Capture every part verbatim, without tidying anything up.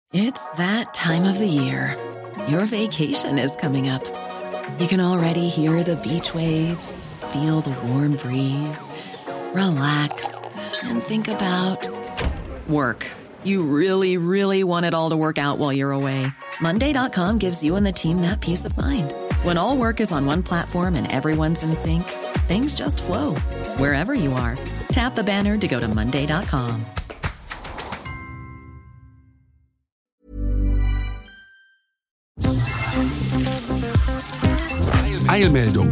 It's that time of the year. Your vacation is coming up. You can already hear the beach waves, feel the warm breeze, relax and think about work. You really, really want it all to work out while you're away. Monday dot com gives you and the team that peace of mind. When all work is on one platform and everyone's in sync, things just flow. Wherever you are, tap the banner to go to Monday dot com. Eilmeldung.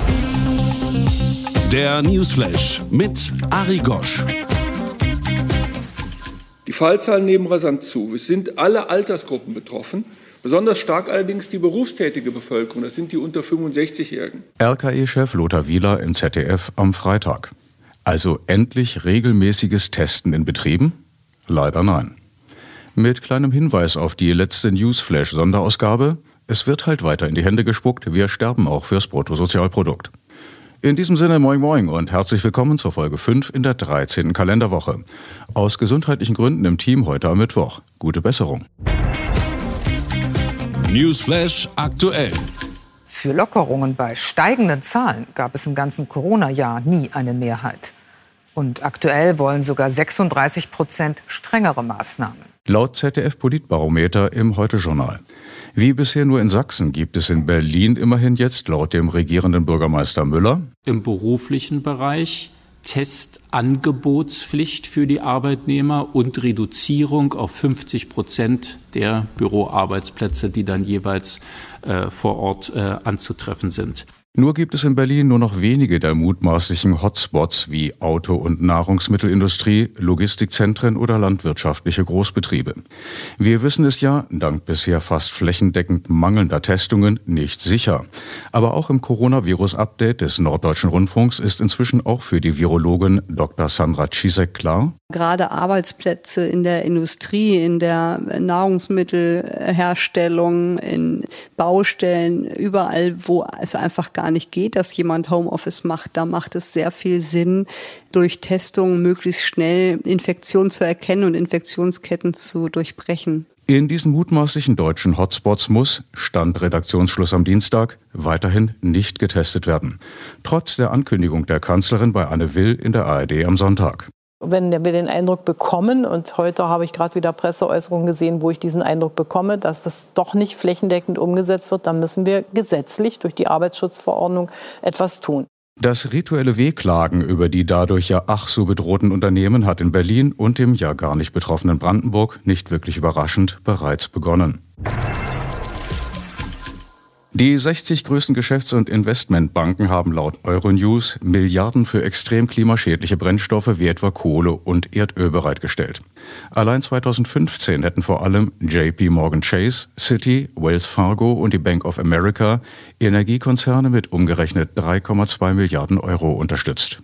Der Newsflash mit Ari Gosch. Die Fallzahlen nehmen rasant zu. Es sind alle Altersgruppen betroffen, besonders stark allerdings die berufstätige Bevölkerung, das sind die unter fünfundsechzigjährigen. R K I-Chef Lothar Wieler im Z D F am Freitag. Also endlich regelmäßiges Testen in Betrieben? Leider nein. Mit kleinem Hinweis auf die letzte Newsflash-Sonderausgabe: Es wird halt weiter in die Hände gespuckt, wir sterben auch fürs Bruttosozialprodukt. In diesem Sinne moin moin und herzlich willkommen zur Folge fünf in der dreizehnten Kalenderwoche. Aus gesundheitlichen Gründen im Team heute am Mittwoch. Gute Besserung. Newsflash aktuell. Für Lockerungen bei steigenden Zahlen gab es im ganzen Corona-Jahr nie eine Mehrheit. Und aktuell wollen sogar sechsunddreißig Prozent strengere Maßnahmen. Laut Z D F-Politbarometer im Heute-Journal. Wie bisher nur in Sachsen gibt es in Berlin immerhin jetzt laut dem regierenden Bürgermeister Müller im beruflichen Bereich Testangebotspflicht für die Arbeitnehmer und Reduzierung auf fünfzig Prozent der Büroarbeitsplätze, die dann jeweils äh, vor Ort äh, anzutreffen sind. Nur gibt es in Berlin nur noch wenige der mutmaßlichen Hotspots wie Auto- und Nahrungsmittelindustrie, Logistikzentren oder landwirtschaftliche Großbetriebe. Wir wissen es ja, dank bisher fast flächendeckend mangelnder Testungen, nicht sicher. Aber auch im Coronavirus-Update des Norddeutschen Rundfunks ist inzwischen auch für die Virologin Doktor Sandra Czisek klar: Gerade Arbeitsplätze in der Industrie, in der Nahrungsmittelherstellung, in Baustellen, überall, wo es einfach gar nicht geht, dass jemand Homeoffice macht, da macht es sehr viel Sinn, durch Testungen möglichst schnell Infektionen zu erkennen und Infektionsketten zu durchbrechen. In diesen mutmaßlichen deutschen Hotspots muss, Stand Redaktionsschluss am Dienstag, weiterhin nicht getestet werden. Trotz der Ankündigung der Kanzlerin bei Anne Will in der A R D am Sonntag. Wenn wir den Eindruck bekommen, und heute habe ich gerade wieder Presseäußerungen gesehen, wo ich diesen Eindruck bekomme, dass das doch nicht flächendeckend umgesetzt wird, dann müssen wir gesetzlich durch die Arbeitsschutzverordnung etwas tun. Das rituelle Wehklagen über die dadurch ja ach so bedrohten Unternehmen hat in Berlin und dem ja gar nicht betroffenen Brandenburg nicht wirklich überraschend bereits begonnen. Die sechzig größten Geschäfts- und Investmentbanken haben laut Euronews Milliarden für extrem klimaschädliche Brennstoffe wie etwa Kohle und Erdöl bereitgestellt. Allein zweitausendfünfzehn hätten vor allem J P Morgan Chase, Citi, Wells Fargo und die Bank of America Energiekonzerne mit umgerechnet drei Komma zwei Milliarden Euro unterstützt.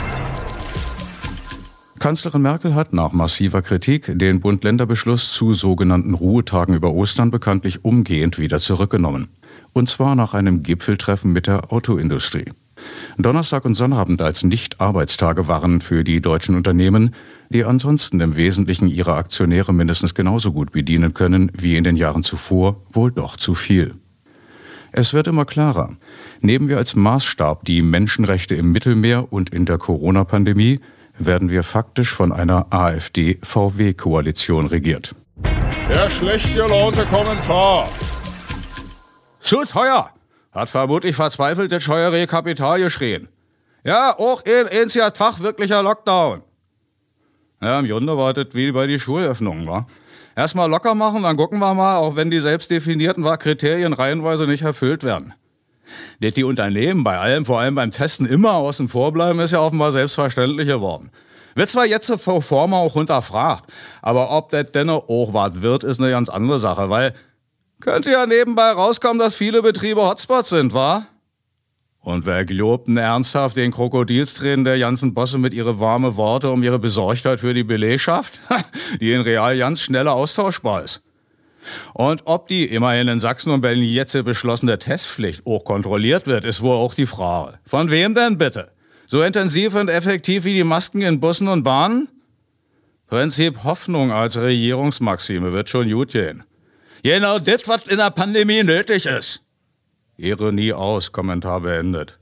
Kanzlerin Merkel hat nach massiver Kritik den Bund-Länder-Beschluss zu sogenannten Ruhetagen über Ostern bekanntlich umgehend wieder zurückgenommen. Und zwar nach einem Gipfeltreffen mit der Autoindustrie. Donnerstag und Sonnabend als Nicht-Arbeitstage waren für die deutschen Unternehmen, die ansonsten im Wesentlichen ihre Aktionäre mindestens genauso gut bedienen können wie in den Jahren zuvor, wohl doch zu viel. Es wird immer klarer. Nehmen wir als Maßstab die Menschenrechte im Mittelmeer und in der Corona-Pandemie, werden wir faktisch von einer AfD-V W-Koalition regiert. Der schlecht gelaunte Kommentar. Zu teuer, hat vermutlich verzweifelt das scheuere Kapital geschrien. Ja, auch ein einziger Tag wirklicher Lockdown. Ja, im Grunde war das wie bei den Schulöffnungen, wa? Erstmal locker machen, dann gucken wir mal, auch wenn die selbst definierten Kriterien reihenweise nicht erfüllt werden. Dass die Unternehmen bei allem, vor allem beim Testen, immer außen vor bleiben, ist ja offenbar selbstverständlich geworden. Wird zwar jetzt pro forma auch hinterfragt, aber ob das dennoch auch was wird, ist eine ganz andere Sache, weil könnte ja nebenbei rauskommen, dass viele Betriebe Hotspots sind, wa? Und wer glaubt denn ernsthaft den Krokodilstränen der ganzen Bosse mit ihre warme Worte um ihre Besorgtheit für die Belegschaft, die in real ganz schneller austauschbar ist? Und ob die immerhin in Sachsen und Berlin jetzt beschlossene Testpflicht auch kontrolliert wird, ist wohl auch die Frage. Von wem denn bitte? So intensiv und effektiv wie die Masken in Bussen und Bahnen? Prinzip Hoffnung als Regierungsmaxime wird schon gut gehen. Genau das, was in der Pandemie nötig ist. Ironie aus, Kommentar beendet.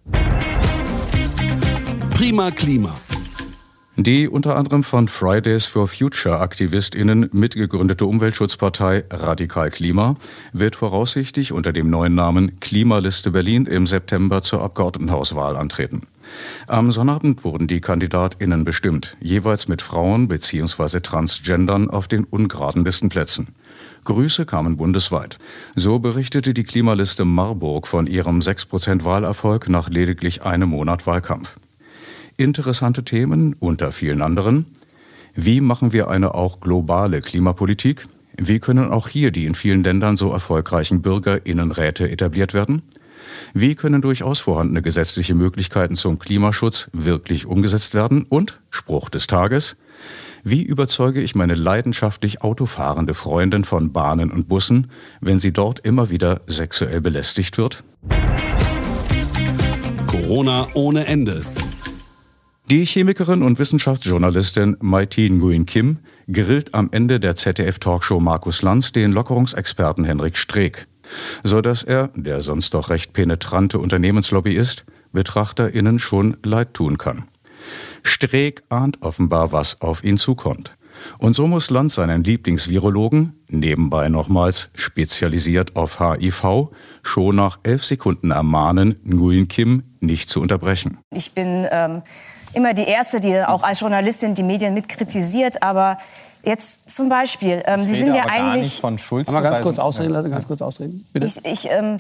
Prima Klima. Die unter anderem von Fridays for Future AktivistInnen mitgegründete Umweltschutzpartei Radikal Klima wird voraussichtlich unter dem neuen Namen Klimaliste Berlin im September zur Abgeordnetenhauswahl antreten. Am Sonnabend wurden die KandidatInnen bestimmt, jeweils mit Frauen bzw. Transgendern auf den ungeraden Listenplätzen. Grüße kamen bundesweit. So berichtete die Klimaliste Marburg von ihrem sechs Prozent Wahlerfolg nach lediglich einem Monat Wahlkampf. Interessante Themen unter vielen anderen. Wie machen wir eine auch globale Klimapolitik? Wie können auch hier die in vielen Ländern so erfolgreichen BürgerInnenräte etabliert werden? Wie können durchaus vorhandene gesetzliche Möglichkeiten zum Klimaschutz wirklich umgesetzt werden? Und, Spruch des Tages, wie überzeuge ich meine leidenschaftlich autofahrende Freundin von Bahnen und Bussen, wenn sie dort immer wieder sexuell belästigt wird? Corona ohne Ende. Die Chemikerin und Wissenschaftsjournalistin Mai-Thi Nguyen Kim grillt am Ende der Z D F-Talkshow Markus Lanz den Lockerungsexperten Henrik Streeck, sodass er, der sonst doch recht penetrante Unternehmenslobbyist, BetrachterInnen schon leid tun kann. Streeck ahnt offenbar, was auf ihn zukommt. Und so muss Lanz seinen Lieblingsvirologen, nebenbei nochmals spezialisiert auf H I V, schon nach elf Sekunden ermahnen, Nguyen Kim nicht zu unterbrechen. Ich bin ähm, immer die Erste, die auch als Journalistin die Medien mitkritisiert, aber jetzt zum Beispiel, ähm, Sie sind ja aber eigentlich... Gar nicht von Schuld zu ganz kurz ausreden lassen, ganz kurz ausreden, bitte. Ich, ich, ähm,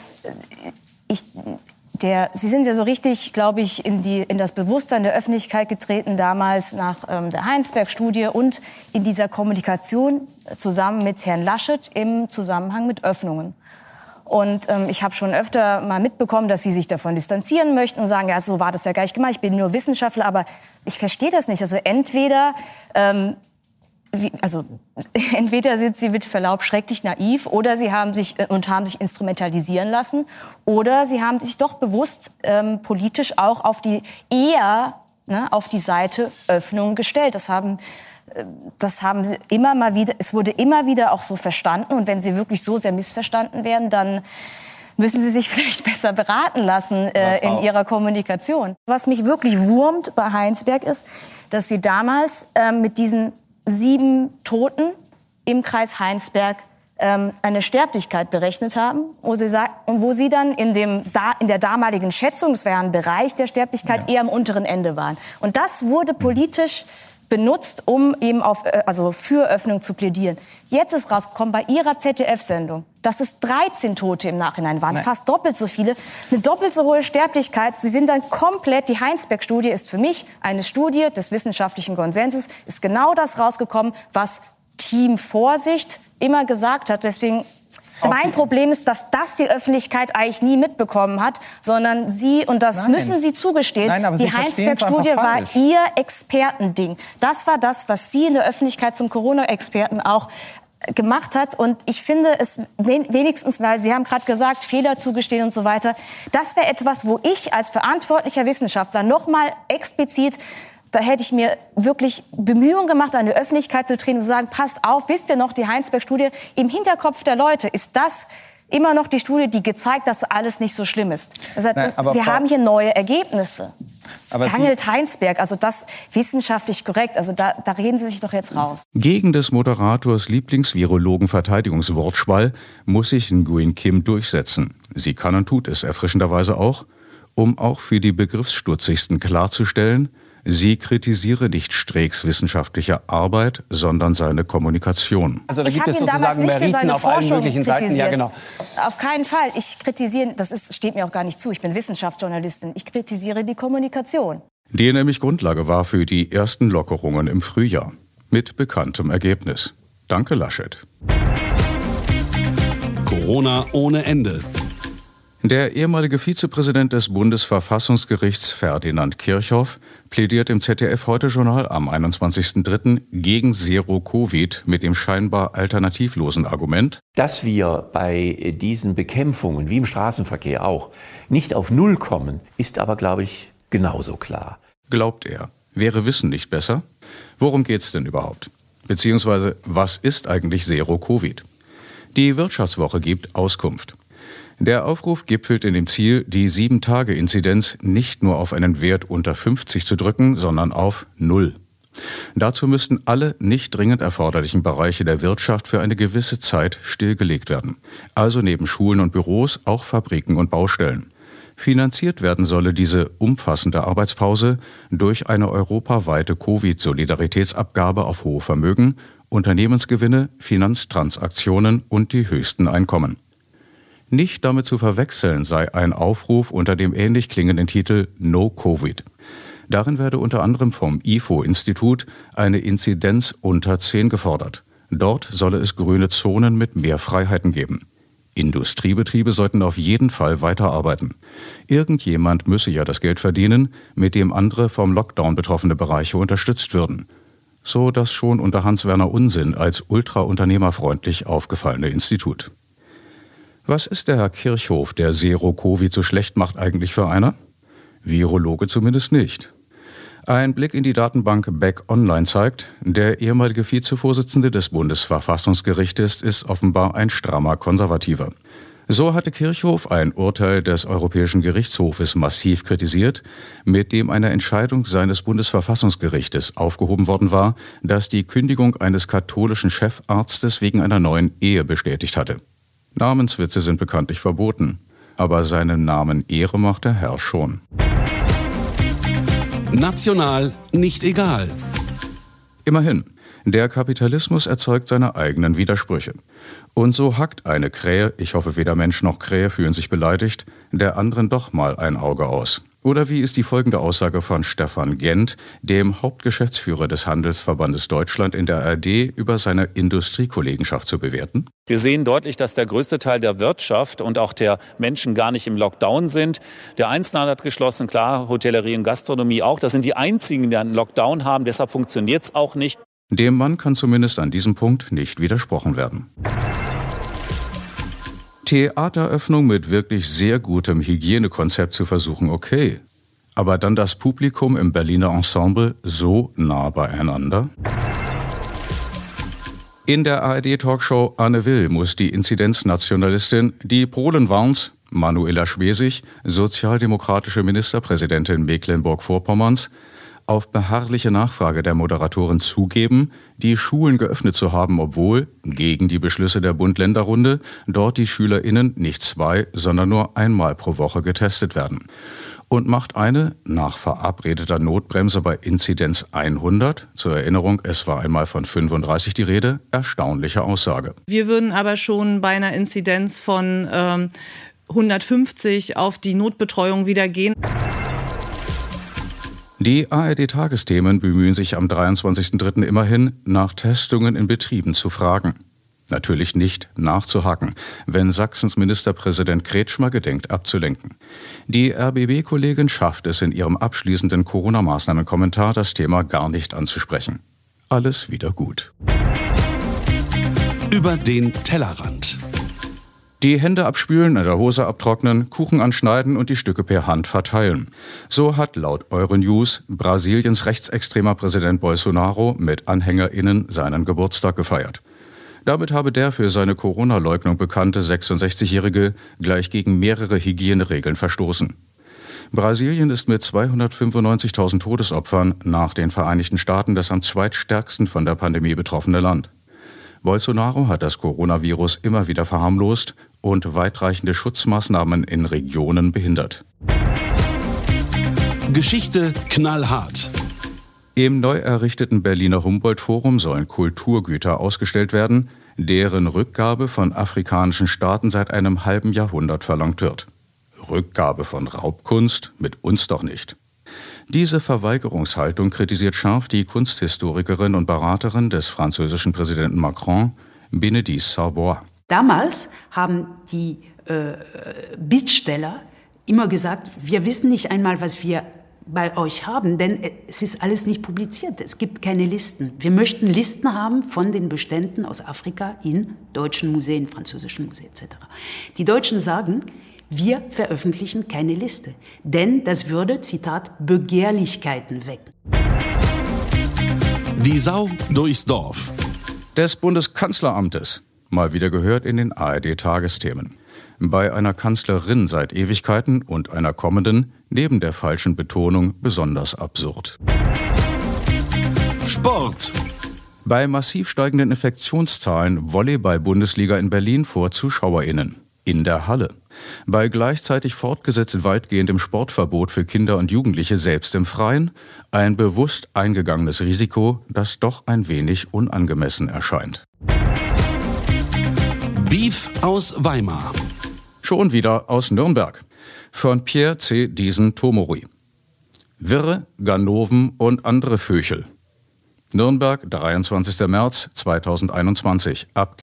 ich, der, Sie sind ja so richtig, glaube ich, in, die, in das Bewusstsein der Öffentlichkeit getreten, damals nach ähm, der Heinsberg-Studie und in dieser Kommunikation zusammen mit Herrn Laschet im Zusammenhang mit Öffnungen. Und ähm, ich habe schon öfter mal mitbekommen, dass Sie sich davon distanzieren möchten und sagen, ja, so war das ja gar nicht gemeint, ich bin nur Wissenschaftler, aber ich verstehe das nicht. Also entweder... Ähm, Wie, also entweder sind Sie mit Verlaub schrecklich naiv oder Sie haben sich äh, und haben sich instrumentalisieren lassen oder Sie haben sich doch bewusst ähm, politisch auch auf die eher ne, auf die Seite Öffnung gestellt. Das haben äh, das haben Sie immer mal wieder. Es wurde immer wieder auch so verstanden und wenn Sie wirklich so sehr missverstanden werden, dann müssen Sie sich vielleicht besser beraten lassen äh, in Ihrer Kommunikation. Was mich wirklich wurmt bei Heinsberg ist, dass Sie damals äh, mit diesen sieben Toten im Kreis Heinsberg ähm, eine Sterblichkeit berechnet haben, wo sie, sagt, und wo sie dann in, dem, da, in der damaligen Schätzung, das wäre ein Bereich der Sterblichkeit, ja. eher am unteren Ende waren. Und das wurde politisch benutzt, um eben auf, also für Öffnung zu plädieren. Jetzt ist rausgekommen bei Ihrer Z D F-Sendung, dass es dreizehn Tote im Nachhinein waren, Nein. fast doppelt so viele, eine doppelt so hohe Sterblichkeit. Sie sind dann komplett, die Heinsberg-Studie ist für mich eine Studie des wissenschaftlichen Konsenses, ist genau das rausgekommen, was Team Vorsicht immer gesagt hat. Deswegen mein Problem ist, dass das die Öffentlichkeit eigentlich nie mitbekommen hat, sondern Sie, und das Nein. müssen Sie zugestehen, Nein, aber die Heinsberg-Studie war Ihr Expertending. Das war das, was Sie in der Öffentlichkeit zum Corona-Experten auch gemacht hat. Und ich finde es wenigstens, weil Sie haben gerade gesagt, Fehler zugestehen und so weiter, das wäre etwas, wo ich als verantwortlicher Wissenschaftler noch mal explizit, da hätte ich mir wirklich Bemühungen gemacht, an die Öffentlichkeit zu treten und zu sagen, passt auf, wisst ihr noch, die Heinsberg-Studie, im Hinterkopf der Leute ist das immer noch die Studie, die gezeigt, dass alles nicht so schlimm ist. Das heißt, Nein, das, wir Frau haben hier neue Ergebnisse. Gangelt Heinsberg, also das wissenschaftlich korrekt, also da, da reden Sie sich doch jetzt raus. Gegen des Moderators Lieblingsvirologen Verteidigungswortschwall muss sich Nguyen Kim durchsetzen. Sie kann und tut es erfrischenderweise auch, um auch für die Begriffsstutzigsten klarzustellen, sie kritisiere nicht Streecks wissenschaftliche Arbeit, sondern seine Kommunikation. Also da gibt es sozusagen Meriten auf allen möglichen Seiten. Ja, genau. Auf keinen Fall. Ich kritisiere, das ist, steht mir auch gar nicht zu, ich bin Wissenschaftsjournalistin, ich kritisiere die Kommunikation. Die nämlich Grundlage war für die ersten Lockerungen im Frühjahr. Mit bekanntem Ergebnis. Danke, Laschet. Corona ohne Ende. Der ehemalige Vizepräsident des Bundesverfassungsgerichts Ferdinand Kirchhoff plädiert im Z D F-Heute-Journal am einundzwanzigsten dritten gegen Zero-Covid mit dem scheinbar alternativlosen Argument, dass wir bei diesen Bekämpfungen, wie im Straßenverkehr auch, nicht auf Null kommen, ist aber, glaube ich, genauso klar. Glaubt er. Wäre Wissen nicht besser? Worum geht's denn überhaupt? Beziehungsweise, was ist eigentlich Zero-Covid? Die Wirtschaftswoche gibt Auskunft. Der Aufruf gipfelt in dem Ziel, die sieben Tage Inzidenz nicht nur auf einen Wert unter fünfzig zu drücken, sondern auf null. Dazu müssten alle nicht dringend erforderlichen Bereiche der Wirtschaft für eine gewisse Zeit stillgelegt werden. Also neben Schulen und Büros auch Fabriken und Baustellen. Finanziert werden solle diese umfassende Arbeitspause durch eine europaweite Covid-Solidaritätsabgabe auf hohe Vermögen, Unternehmensgewinne, Finanztransaktionen und die höchsten Einkommen. Nicht damit zu verwechseln sei ein Aufruf unter dem ähnlich klingenden Titel No Covid. Darin werde unter anderem vom I F O-Institut eine Inzidenz unter zehn gefordert. Dort solle es grüne Zonen mit mehr Freiheiten geben. Industriebetriebe sollten auf jeden Fall weiterarbeiten. Irgendjemand müsse ja das Geld verdienen, mit dem andere vom Lockdown betroffene Bereiche unterstützt würden. So das schon unter Hans-Werner Unsinn als ultraunternehmerfreundlich aufgefallene Institut. Was ist der Herr Kirchhoff, der Zero-Covid so schlecht macht, eigentlich für einer? Virologe zumindest nicht. Ein Blick in die Datenbank Beck Online zeigt, der ehemalige Vizevorsitzende des Bundesverfassungsgerichtes ist offenbar ein strammer Konservativer. So hatte Kirchhoff ein Urteil des Europäischen Gerichtshofes massiv kritisiert, mit dem eine Entscheidung seines Bundesverfassungsgerichtes aufgehoben worden war, das die Kündigung eines katholischen Chefarztes wegen einer neuen Ehe bestätigt hatte. Namenswitze sind bekanntlich verboten, aber seinem Namen Ehre macht der Herr schon. National nicht egal. Immerhin, der Kapitalismus erzeugt seine eigenen Widersprüche. Und so hackt eine Krähe, ich hoffe weder Mensch noch Krähe fühlen sich beleidigt, der anderen doch mal ein Auge aus. Oder wie ist die folgende Aussage von Stefan Gent, dem Hauptgeschäftsführer des Handelsverbandes Deutschland in der A R D, über seine Industriekollegenschaft zu bewerten? Wir sehen deutlich, dass der größte Teil der Wirtschaft und auch der Menschen gar nicht im Lockdown sind. Der Einzelhandel hat geschlossen, klar, Hotellerie und Gastronomie auch. Das sind die einzigen, die einen Lockdown haben, deshalb funktioniert es auch nicht. Dem Mann kann zumindest an diesem Punkt nicht widersprochen werden. Theateröffnung mit wirklich sehr gutem Hygienekonzept zu versuchen, okay. Aber dann das Publikum im Berliner Ensemble so nah beieinander? In der A R D-Talkshow Anne Will muss die Inzidenznationalistin, die Polen waren's, Manuela Schwesig, sozialdemokratische Ministerpräsidentin Mecklenburg-Vorpommerns, auf beharrliche Nachfrage der Moderatorin zugeben, die Schulen geöffnet zu haben, obwohl, gegen die Beschlüsse der Bund-Länder-Runde, dort die SchülerInnen nicht zwei, sondern nur einmal pro Woche getestet werden. Und macht eine, nach verabredeter Notbremse bei Inzidenz hundert, zur Erinnerung, es war einmal von fünfunddreißig die Rede, erstaunliche Aussage. Wir würden aber schon bei einer Inzidenz von ähm, hundertfünfzig auf die Notbetreuung wieder gehen. Die A R D-Tagesthemen bemühen sich am dreiundzwanzigsten dritten immerhin, nach Testungen in Betrieben zu fragen. Natürlich nicht nachzuhaken, wenn Sachsens Ministerpräsident Kretschmer gedenkt abzulenken. Die R B B-Kollegin schafft es in ihrem abschließenden Corona-Maßnahmen-Kommentar, das Thema gar nicht anzusprechen. Alles wieder gut. Über den Tellerrand. Die Hände abspülen, in der Hose abtrocknen, Kuchen anschneiden und die Stücke per Hand verteilen. So hat laut Euronews Brasiliens rechtsextremer Präsident Bolsonaro mit AnhängerInnen seinen Geburtstag gefeiert. Damit habe der für seine Corona-Leugnung bekannte sechsundsechzigjährige gleich gegen mehrere Hygieneregeln verstoßen. Brasilien ist mit zweihundertfünfundneunzigtausend Todesopfern nach den Vereinigten Staaten das am zweitstärksten von der Pandemie betroffene Land. Bolsonaro hat das Coronavirus immer wieder verharmlost und weitreichende Schutzmaßnahmen in Regionen behindert. Geschichte knallhart. Im neu errichteten Berliner Humboldt-Forum sollen Kulturgüter ausgestellt werden, deren Rückgabe von afrikanischen Staaten seit einem halben Jahrhundert verlangt wird. Rückgabe von Raubkunst? Mit uns doch nicht. Diese Verweigerungshaltung kritisiert scharf die Kunsthistorikerin und Beraterin des französischen Präsidenten Macron, Bénédicte Sarbois. Damals haben die äh, Bittsteller immer gesagt, wir wissen nicht einmal, was wir bei euch haben, denn es ist alles nicht publiziert. Es gibt keine Listen. Wir möchten Listen haben von den Beständen aus Afrika in deutschen Museen, französischen Museen et cetera. Die Deutschen sagen, wir veröffentlichen keine Liste, denn das würde, Zitat, Begehrlichkeiten wecken. Die Sau durchs Dorf. Des Bundeskanzleramtes. Mal wieder gehört in den A R D-Tagesthemen. Bei einer Kanzlerin seit Ewigkeiten und einer kommenden, neben der falschen Betonung, besonders absurd. Sport. Bei massiv steigenden Infektionszahlen Volleyball-Bundesliga in Berlin vor ZuschauerInnen. In der Halle. Bei gleichzeitig fortgesetzt weitgehendem Sportverbot für Kinder und Jugendliche selbst im Freien ein bewusst eingegangenes Risiko, das doch ein wenig unangemessen erscheint. Beef aus Weimar. Schon wieder aus Nürnberg. Von Pierre C. Diesen-Tomori. Wirre, Ganoven und andere Vöchel. Nürnberg, dreiundzwanzigster März zweitausendeinundzwanzig. Ab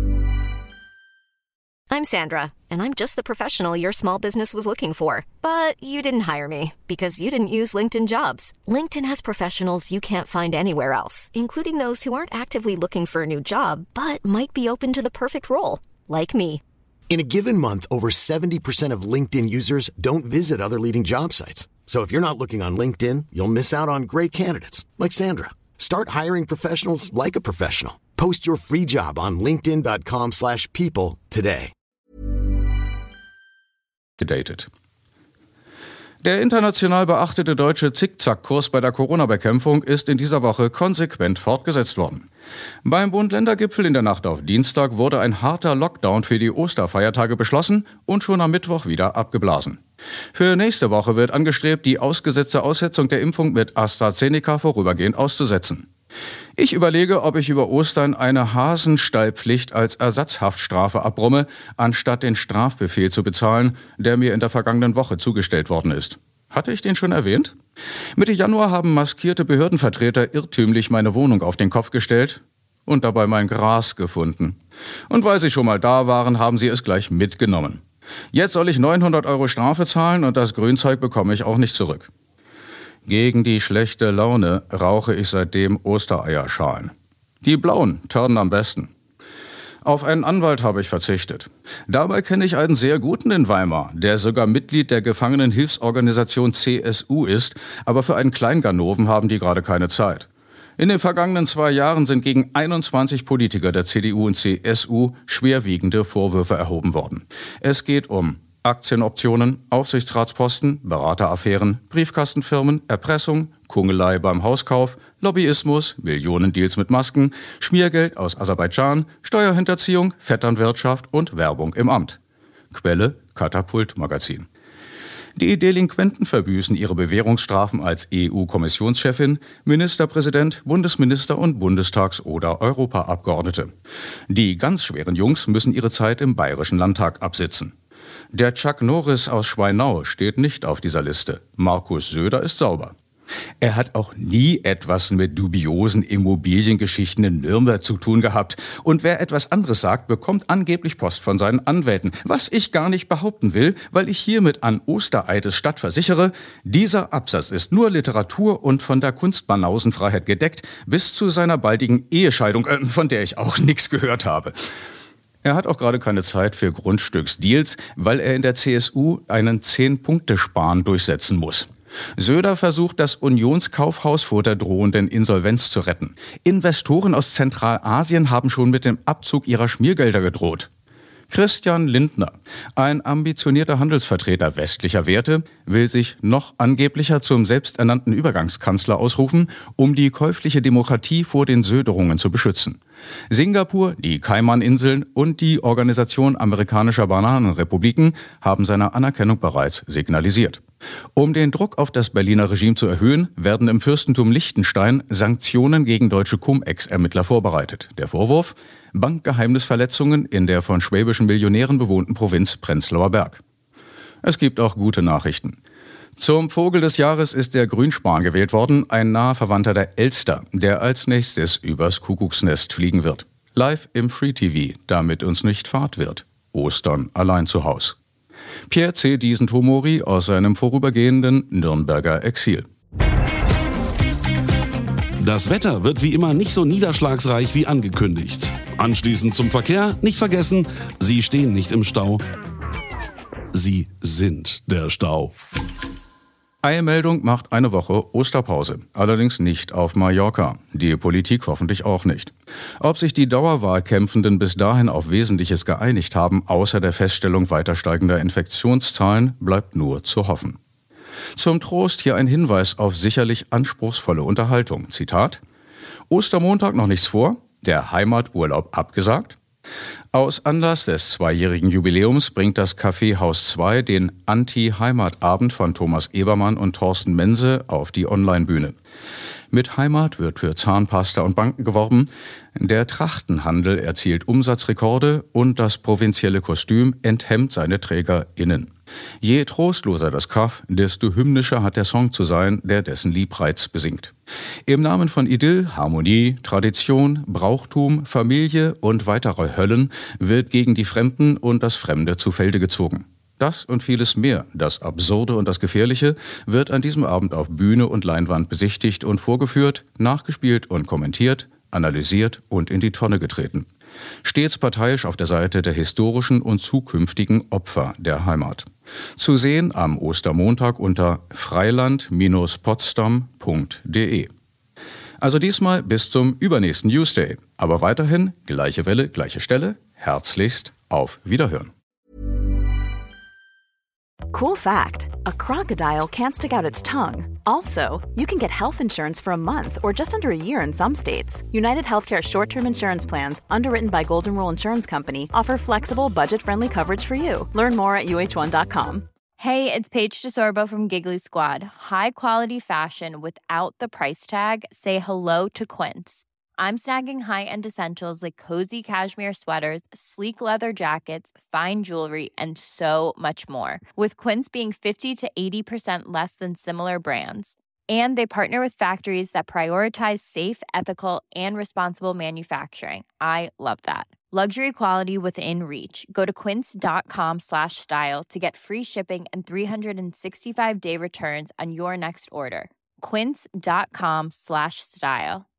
I'm Sandra, and I'm just the professional your small business was looking for. But you didn't hire me because you didn't use LinkedIn Jobs. LinkedIn has professionals you can't find anywhere else, including those who aren't actively looking for a new job, but might be open to the perfect role, like me. In a given month, over seventy percent of LinkedIn users don't visit other leading job sites. So if you're not looking on LinkedIn, you'll miss out on great candidates like Sandra. Start hiring professionals like a professional. Post your free job on linkedin dot com slash people today. Gedatet. Der international beachtete deutsche Zickzackkurs bei der Corona-Bekämpfung ist in dieser Woche konsequent fortgesetzt worden. Beim Bund-Länder-Gipfel in der Nacht auf Dienstag wurde ein harter Lockdown für die Osterfeiertage beschlossen und schon am Mittwoch wieder abgeblasen. Für nächste Woche wird angestrebt, die ausgesetzte Aussetzung der Impfung mit AstraZeneca vorübergehend auszusetzen. Ich überlege, ob ich über Ostern eine Hasenstallpflicht als Ersatzhaftstrafe abbrumme, anstatt den Strafbefehl zu bezahlen, der mir in der vergangenen Woche zugestellt worden ist. Hatte ich den schon erwähnt? Mitte Januar haben maskierte Behördenvertreter irrtümlich meine Wohnung auf den Kopf gestellt und dabei mein Gras gefunden. Und weil sie schon mal da waren, haben sie es gleich mitgenommen. Jetzt soll ich neunhundert Euro Strafe zahlen und das Grünzeug bekomme ich auch nicht zurück. Gegen die schlechte Laune rauche ich seitdem Ostereierschalen. Die blauen turnen am besten. Auf einen Anwalt habe ich verzichtet. Dabei kenne ich einen sehr guten in Weimar, der sogar Mitglied der Gefangenenhilfsorganisation C S U ist, aber für einen Kleinganoven haben die gerade keine Zeit. In den vergangenen zwei Jahren sind gegen einundzwanzig Politiker der C D U und C S U schwerwiegende Vorwürfe erhoben worden. Es geht um Aktienoptionen, Aufsichtsratsposten, Berateraffären, Briefkastenfirmen, Erpressung, Kungelei beim Hauskauf, Lobbyismus, Millionendeals mit Masken, Schmiergeld aus Aserbaidschan, Steuerhinterziehung, Vetternwirtschaft und Werbung im Amt. Quelle: Katapult-Magazin. Die Delinquenten verbüßen ihre Bewährungsstrafen als E U-Kommissionschefin, Ministerpräsident, Bundesminister und Bundestags- oder Europaabgeordnete. Die ganz schweren Jungs müssen ihre Zeit im Bayerischen Landtag absitzen. Der Chuck Norris aus Schweinau steht nicht auf dieser Liste. Markus Söder ist sauber. Er hat auch nie etwas mit dubiosen Immobiliengeschichten in Nürnberg zu tun gehabt. Und wer etwas anderes sagt, bekommt angeblich Post von seinen Anwälten. Was ich gar nicht behaupten will, weil ich hiermit an Ostereides Stadt versichere, dieser Absatz ist nur Literatur und von der Kunstbanausenfreiheit gedeckt, bis zu seiner baldigen Ehescheidung, äh, von der ich auch nichts gehört habe. Er hat auch gerade keine Zeit für Grundstücksdeals, weil er in der C S U einen Zehn-Punkte-Sparen durchsetzen muss. Söder versucht, das Unionskaufhaus vor der drohenden Insolvenz zu retten. Investoren aus Zentralasien haben schon mit dem Abzug ihrer Schmiergelder gedroht. Christian Lindner, ein ambitionierter Handelsvertreter westlicher Werte, will sich noch angeblicher zum selbsternannten Übergangskanzler ausrufen, um die käufliche Demokratie vor den Söderungen zu beschützen. Singapur, die Kaimaninseln und die Organisation amerikanischer Bananenrepubliken haben seine Anerkennung bereits signalisiert. Um den Druck auf das Berliner Regime zu erhöhen, werden im Fürstentum Liechtenstein Sanktionen gegen deutsche Cum-Ex-Ermittler vorbereitet. Der Vorwurf: Bankgeheimnisverletzungen in der von schwäbischen Millionären bewohnten Provinz Prenzlauer Berg. Es gibt auch gute Nachrichten. Zum Vogel des Jahres ist der Grünspan gewählt worden, ein naher Verwandter der Elster, der als nächstes übers Kuckucksnest fliegen wird. Live im Free-T V, damit uns nicht fad wird. Ostern allein zu Haus. Pierre C. Diesen-Tomori aus seinem vorübergehenden Nürnberger Exil. Das Wetter wird wie immer nicht so niederschlagsreich wie angekündigt. Anschließend zum Verkehr, nicht vergessen, Sie stehen nicht im Stau. Sie sind der Stau. Eilmeldung macht eine Woche Osterpause, allerdings nicht auf Mallorca. Die Politik hoffentlich auch nicht. Ob sich die Dauerwahlkämpfenden bis dahin auf Wesentliches geeinigt haben, außer der Feststellung weiter steigender Infektionszahlen, bleibt nur zu hoffen. Zum Trost hier ein Hinweis auf sicherlich anspruchsvolle Unterhaltung. Zitat: Ostermontag noch nichts vor, der Heimaturlaub abgesagt. Aus Anlass des zweijährigen Jubiläums bringt das Café Haus zwei den Anti-Heimatabend von Thomas Ebermann und Thorsten Mense auf die Online-Bühne. Mit Heimat wird für Zahnpasta und Banken geworben, der Trachtenhandel erzielt Umsatzrekorde und das provinzielle Kostüm enthemmt seine TrägerInnen. Je trostloser das Kaff, desto hymnischer hat der Song zu sein, der dessen Liebreiz besingt. Im Namen von Idyll, Harmonie, Tradition, Brauchtum, Familie und weitere Höllen wird gegen die Fremden und das Fremde zu Felde gezogen. Das und vieles mehr, das Absurde und das Gefährliche, wird an diesem Abend auf Bühne und Leinwand besichtigt und vorgeführt, nachgespielt und kommentiert, analysiert und in die Tonne getreten. Stets parteiisch auf der Seite der historischen und zukünftigen Opfer der Heimat. Zu sehen am Ostermontag unter freiland Bindestrich potsdam Punkt de. Also diesmal bis zum übernächsten Newsday. Aber weiterhin gleiche Welle, gleiche Stelle. Herzlichst auf Wiederhören. Cool fact, a crocodile can't stick out its tongue. Also, you can get health insurance for a month or just under a year in some states. United Healthcare short-term insurance plans, underwritten by Golden Rule Insurance Company, offer flexible, budget-friendly coverage for you. Learn more at U H one dot com. Hey, it's Paige DeSorbo from Giggly Squad. High quality fashion without the price tag. Say hello to Quince. I'm snagging high-end essentials like cozy cashmere sweaters, sleek leather jackets, fine jewelry, and so much more. With Quince being fifty to eighty percent less than similar brands. And they partner with factories that prioritize safe, ethical, and responsible manufacturing. I love that. Luxury quality within reach. Go to quince.com slash style to get free shipping and three sixty-five day returns on your next order. Quince.com slash style.